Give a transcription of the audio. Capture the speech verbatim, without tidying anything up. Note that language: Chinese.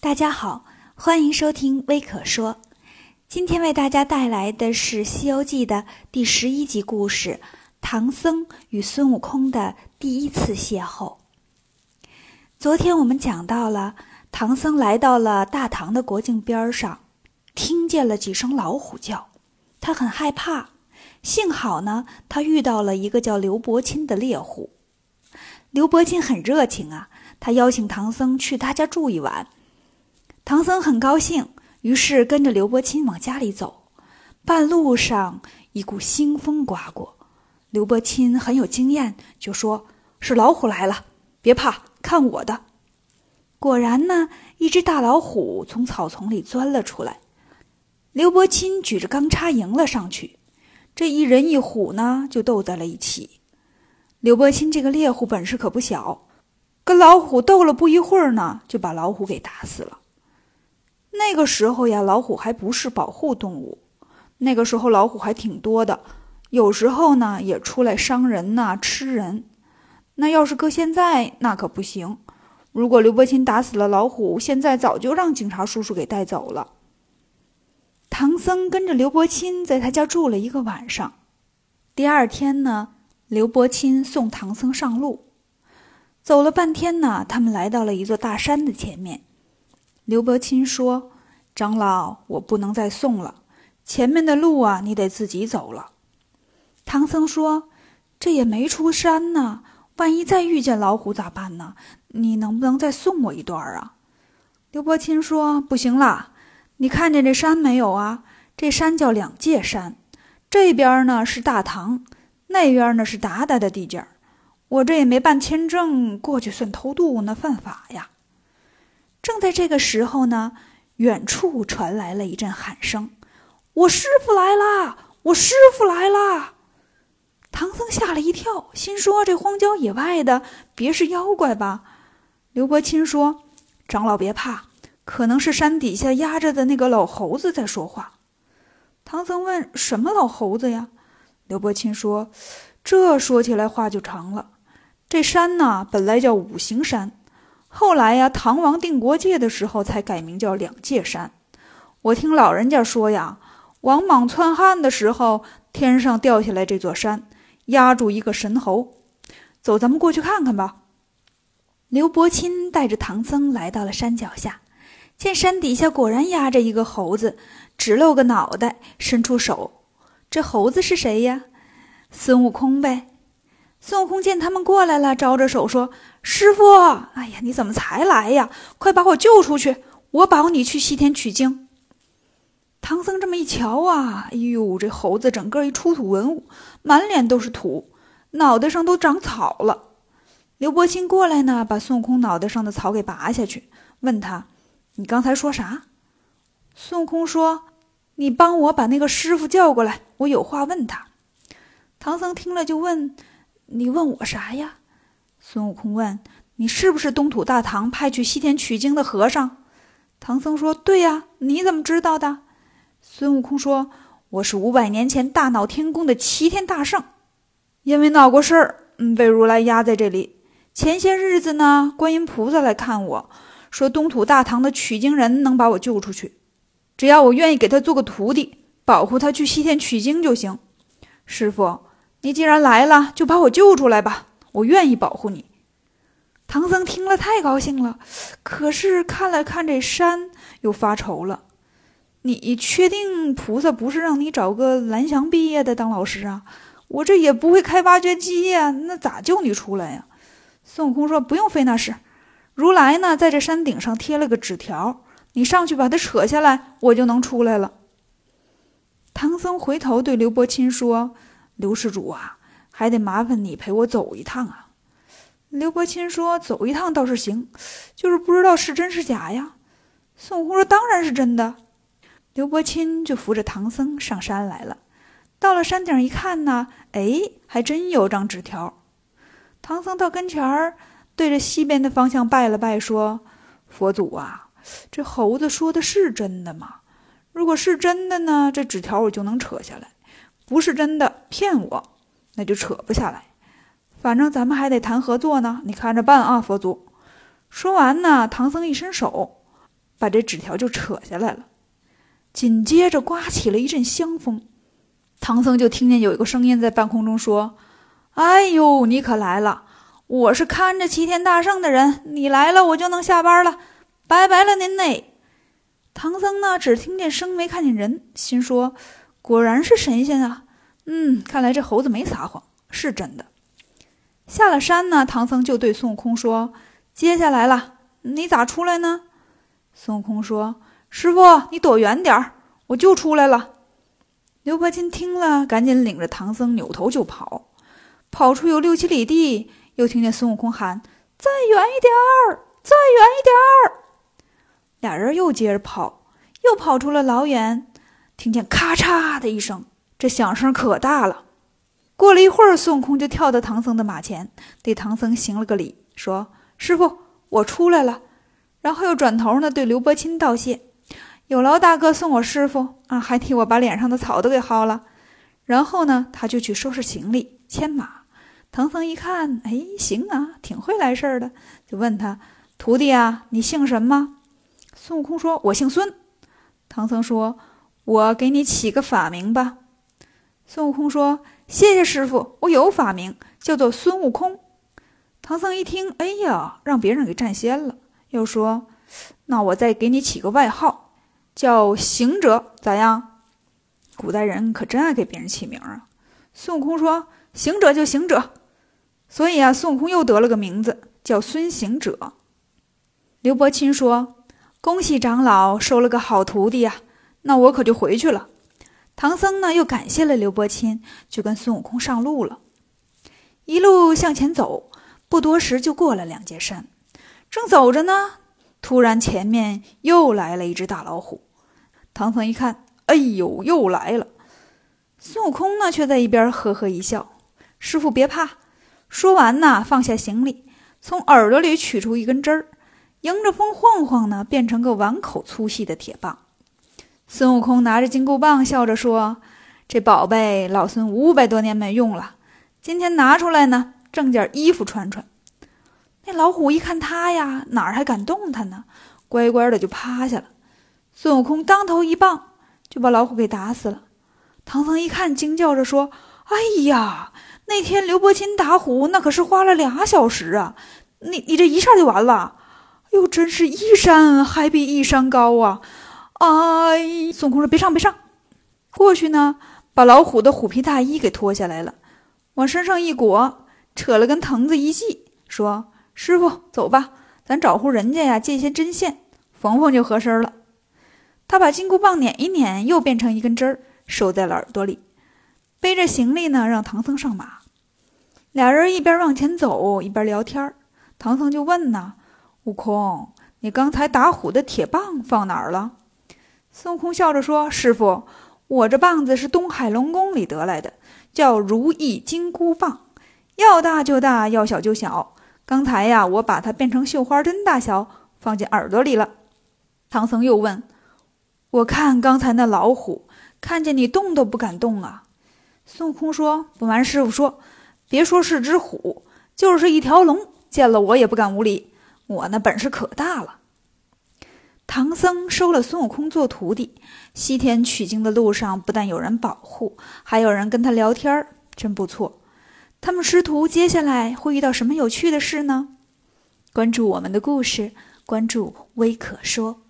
大家好，欢迎收听微可说。今天为大家带来的是《西游记》的第十一集故事，唐僧与孙悟空的第一次邂逅。昨天我们讲到了，唐僧来到了大唐的国境边上，听见了几声老虎叫，他很害怕。幸好呢，他遇到了一个叫刘伯钦的猎户。刘伯钦很热情啊，他邀请唐僧去他家住一晚。唐僧很高兴，于是跟着刘伯钦往家里走。半路上，一股腥风刮过，刘伯钦很有经验，就说：“是老虎来了，别怕，看我的。”果然呢，一只大老虎从草丛里钻了出来。刘伯钦举着钢叉迎了上去，这一人一虎呢，就斗在了一起。刘伯钦这个猎户本事可不小，跟老虎斗了不一会儿呢，就把老虎给打死了。那个时候呀，老虎还不是保护动物，那个时候老虎还挺多的，有时候呢也出来伤人呐、吃人。那要是搁现在，那可不行。如果刘伯钦打死了老虎，现在早就让警察叔叔给带走了。唐僧跟着刘伯钦在他家住了一个晚上。第二天呢，刘伯钦送唐僧上路。走了半天呢，他们来到了一座大山的前面。刘伯钦说：“长老，我不能再送了，前面的路啊，你得自己走了。”唐僧说：“这也没出山呢，万一再遇见老虎咋办呢？你能不能再送我一段啊？”刘伯钦说：“不行啦，你看见这山没有啊？这山叫两界山，这边呢是大唐，那边呢是鞑靼的地界，我这也没办签证，过去算偷渡，那犯法呀。”正在这个时候呢，远处传来了一阵喊声：“我师父来啦！我师父来啦！”唐僧吓了一跳，心说这荒郊野外的，别是妖怪吧？刘伯钦说：“长老别怕，可能是山底下压着的那个老猴子在说话。”唐僧问：“什么老猴子呀？”刘伯钦说：“这说起来话就长了。这山呢，本来叫五行山，后来呀，唐王定国界的时候才改名叫两界山。我听老人家说呀，王莽篡汉的时候，天上掉下来这座山，压住一个神猴。走，咱们过去看看吧。”刘伯钦带着唐僧来到了山脚下，见山底下果然压着一个猴子，只露个脑袋，伸出手。这猴子是谁呀？孙悟空呗。孙悟空见他们过来了，招着手说：“师父，哎呀，你怎么才来呀？快把我救出去，我保你去西天取经。”唐僧这么一瞧啊，哎呦，这猴子整个一出土文物，满脸都是土，脑袋上都长草了。刘伯钦过来呢，把孙悟空脑袋上的草给拔下去，问他：“你刚才说啥？”孙悟空说：“你帮我把那个师父叫过来，我有话问他。”唐僧听了就问：“你问我啥呀？”孙悟空问：“你是不是东土大唐派去西天取经的和尚？”唐僧说：“对呀，你怎么知道的？”孙悟空说：“我是五百年前大闹天宫的齐天大圣，因为闹过事儿，嗯，被如来压在这里。前些日子呢，观音菩萨来看我，说东土大唐的取经人能把我救出去，只要我愿意给他做个徒弟，保护他去西天取经就行。师父，你既然来了，就把我救出来吧，我愿意保护你。”唐僧听了太高兴了，可是看了看这山，又发愁了。你确定菩萨不是让你找个蓝翔毕业的当老师啊？我这也不会开挖掘机呀，那咋救你出来呀？孙悟空说：“不用费那事，如来呢在这山顶上贴了个纸条，你上去把它扯下来，我就能出来了。”唐僧回头对刘伯钦说：“刘施主啊，还得麻烦你陪我走一趟啊。”刘伯钦说：“走一趟倒是行，就是不知道是真是假呀。”孙悟空说：“当然是真的。”刘伯钦就扶着唐僧上山来了。到了山顶一看呢，哎，还真有张纸条。唐僧到跟前儿，对着西边的方向拜了拜，说：“佛祖啊，这猴子说的是真的吗？如果是真的呢，这纸条我就能扯下来；不是真的，骗我，那就扯不下来。反正咱们还得谈合作呢，你看着办啊，佛祖。”说完呢，唐僧一伸手， 把这纸条就扯下来了。紧接着刮起了一阵香风，唐僧就听见有一个声音在半空中说：哎呦，你可来了，我是看着齐天大圣的人，你来了我就能下班了，拜拜了您嘞。唐僧呢只听见声没看见人，心说果然是神仙啊，嗯，看来这猴子没撒谎，是真的。下了山呢，唐僧就对孙悟空说：接下来了，你咋出来呢？孙悟空说：师傅，你躲远点，我就出来了。刘伯钦听了，赶紧领着唐僧扭头就跑，跑出有六七里地，又听见孙悟空喊：再远一点儿，再远一点儿。俩人又接着跑，又跑出了老远，听见咔嚓的一声，这响声可大了。过了一会儿，孙悟空就跳到唐僧的马前，对唐僧行了个礼，说：师傅，我出来了。然后又转头呢对刘伯钦道谢：有劳大哥送我师傅啊，还替我把脸上的草都给薅了。然后呢他就去收拾行李牵马。唐僧一看，哎，行啊，挺会来事儿的，就问他：徒弟啊，你姓什么？孙悟空说：我姓孙。唐僧说：我给你起个法名吧。孙悟空说：谢谢师傅，我有法名，叫做孙悟空。唐僧一听，哎呀，让别人给占先了，又说：那我再给你起个外号，叫行者，咋样？古代人可真爱给别人起名啊。孙悟空说：行者就行者。所以啊，孙悟空又得了个名字，叫孙行者。刘伯钦说：恭喜长老收了个好徒弟啊，那我可就回去了。唐僧呢又感谢了刘伯钦，就跟孙悟空上路了。一路向前走，不多时就过了两界山。正走着呢，突然前面又来了一只大老虎。唐僧一看，哎呦，又来了。孙悟空呢却在一边呵呵一笑：师傅别怕。说完呢，放下行李，从耳朵里取出一根针儿，迎着风晃晃呢，变成个碗口粗细的铁棒。孙悟空拿着金箍棒，笑着说：这宝贝老孙五百多年没用了，今天拿出来呢，挣件衣服穿穿。那老虎一看他呀，哪儿还敢动他呢，乖乖的就趴下了。孙悟空当头一棒，就把老虎给打死了。唐僧一看，惊叫着说：哎呀，那天刘伯钦打虎，那可是花了俩小时啊，你你这一下就完了。哎呦，真是一山还比一山高啊。哎，孙悟空说：别上别上。过去呢，把老虎的虎皮大衣给脱下来了，往身上一裹，扯了根藤子一系，说：师傅走吧，咱找户人家呀借些针线，缝缝就合身了。他把金箍棒捻一捻，又变成一根针儿，收在了耳朵里。背着行李呢，让唐僧上马。俩人一边往前走，一边聊天。唐僧就问呢：悟空，你刚才打虎的铁棒放哪儿了？孙悟空笑着说：师傅，我这棒子是东海龙宫里得来的，叫如意金箍棒，要大就大，要小就小。刚才呀，我把它变成绣花针大小，放进耳朵里了。唐僧又问：我看刚才那老虎，看见你动都不敢动啊。孙悟空说：不瞒师傅说，别说是只虎，就是一条龙，见了我也不敢无礼，我那本事可大了。唐僧收了孙悟空做徒弟，西天取经的路上不但有人保护，还有人跟他聊天，真不错。他们师徒接下来会遇到什么有趣的事呢？关注我们的故事，关注微可说。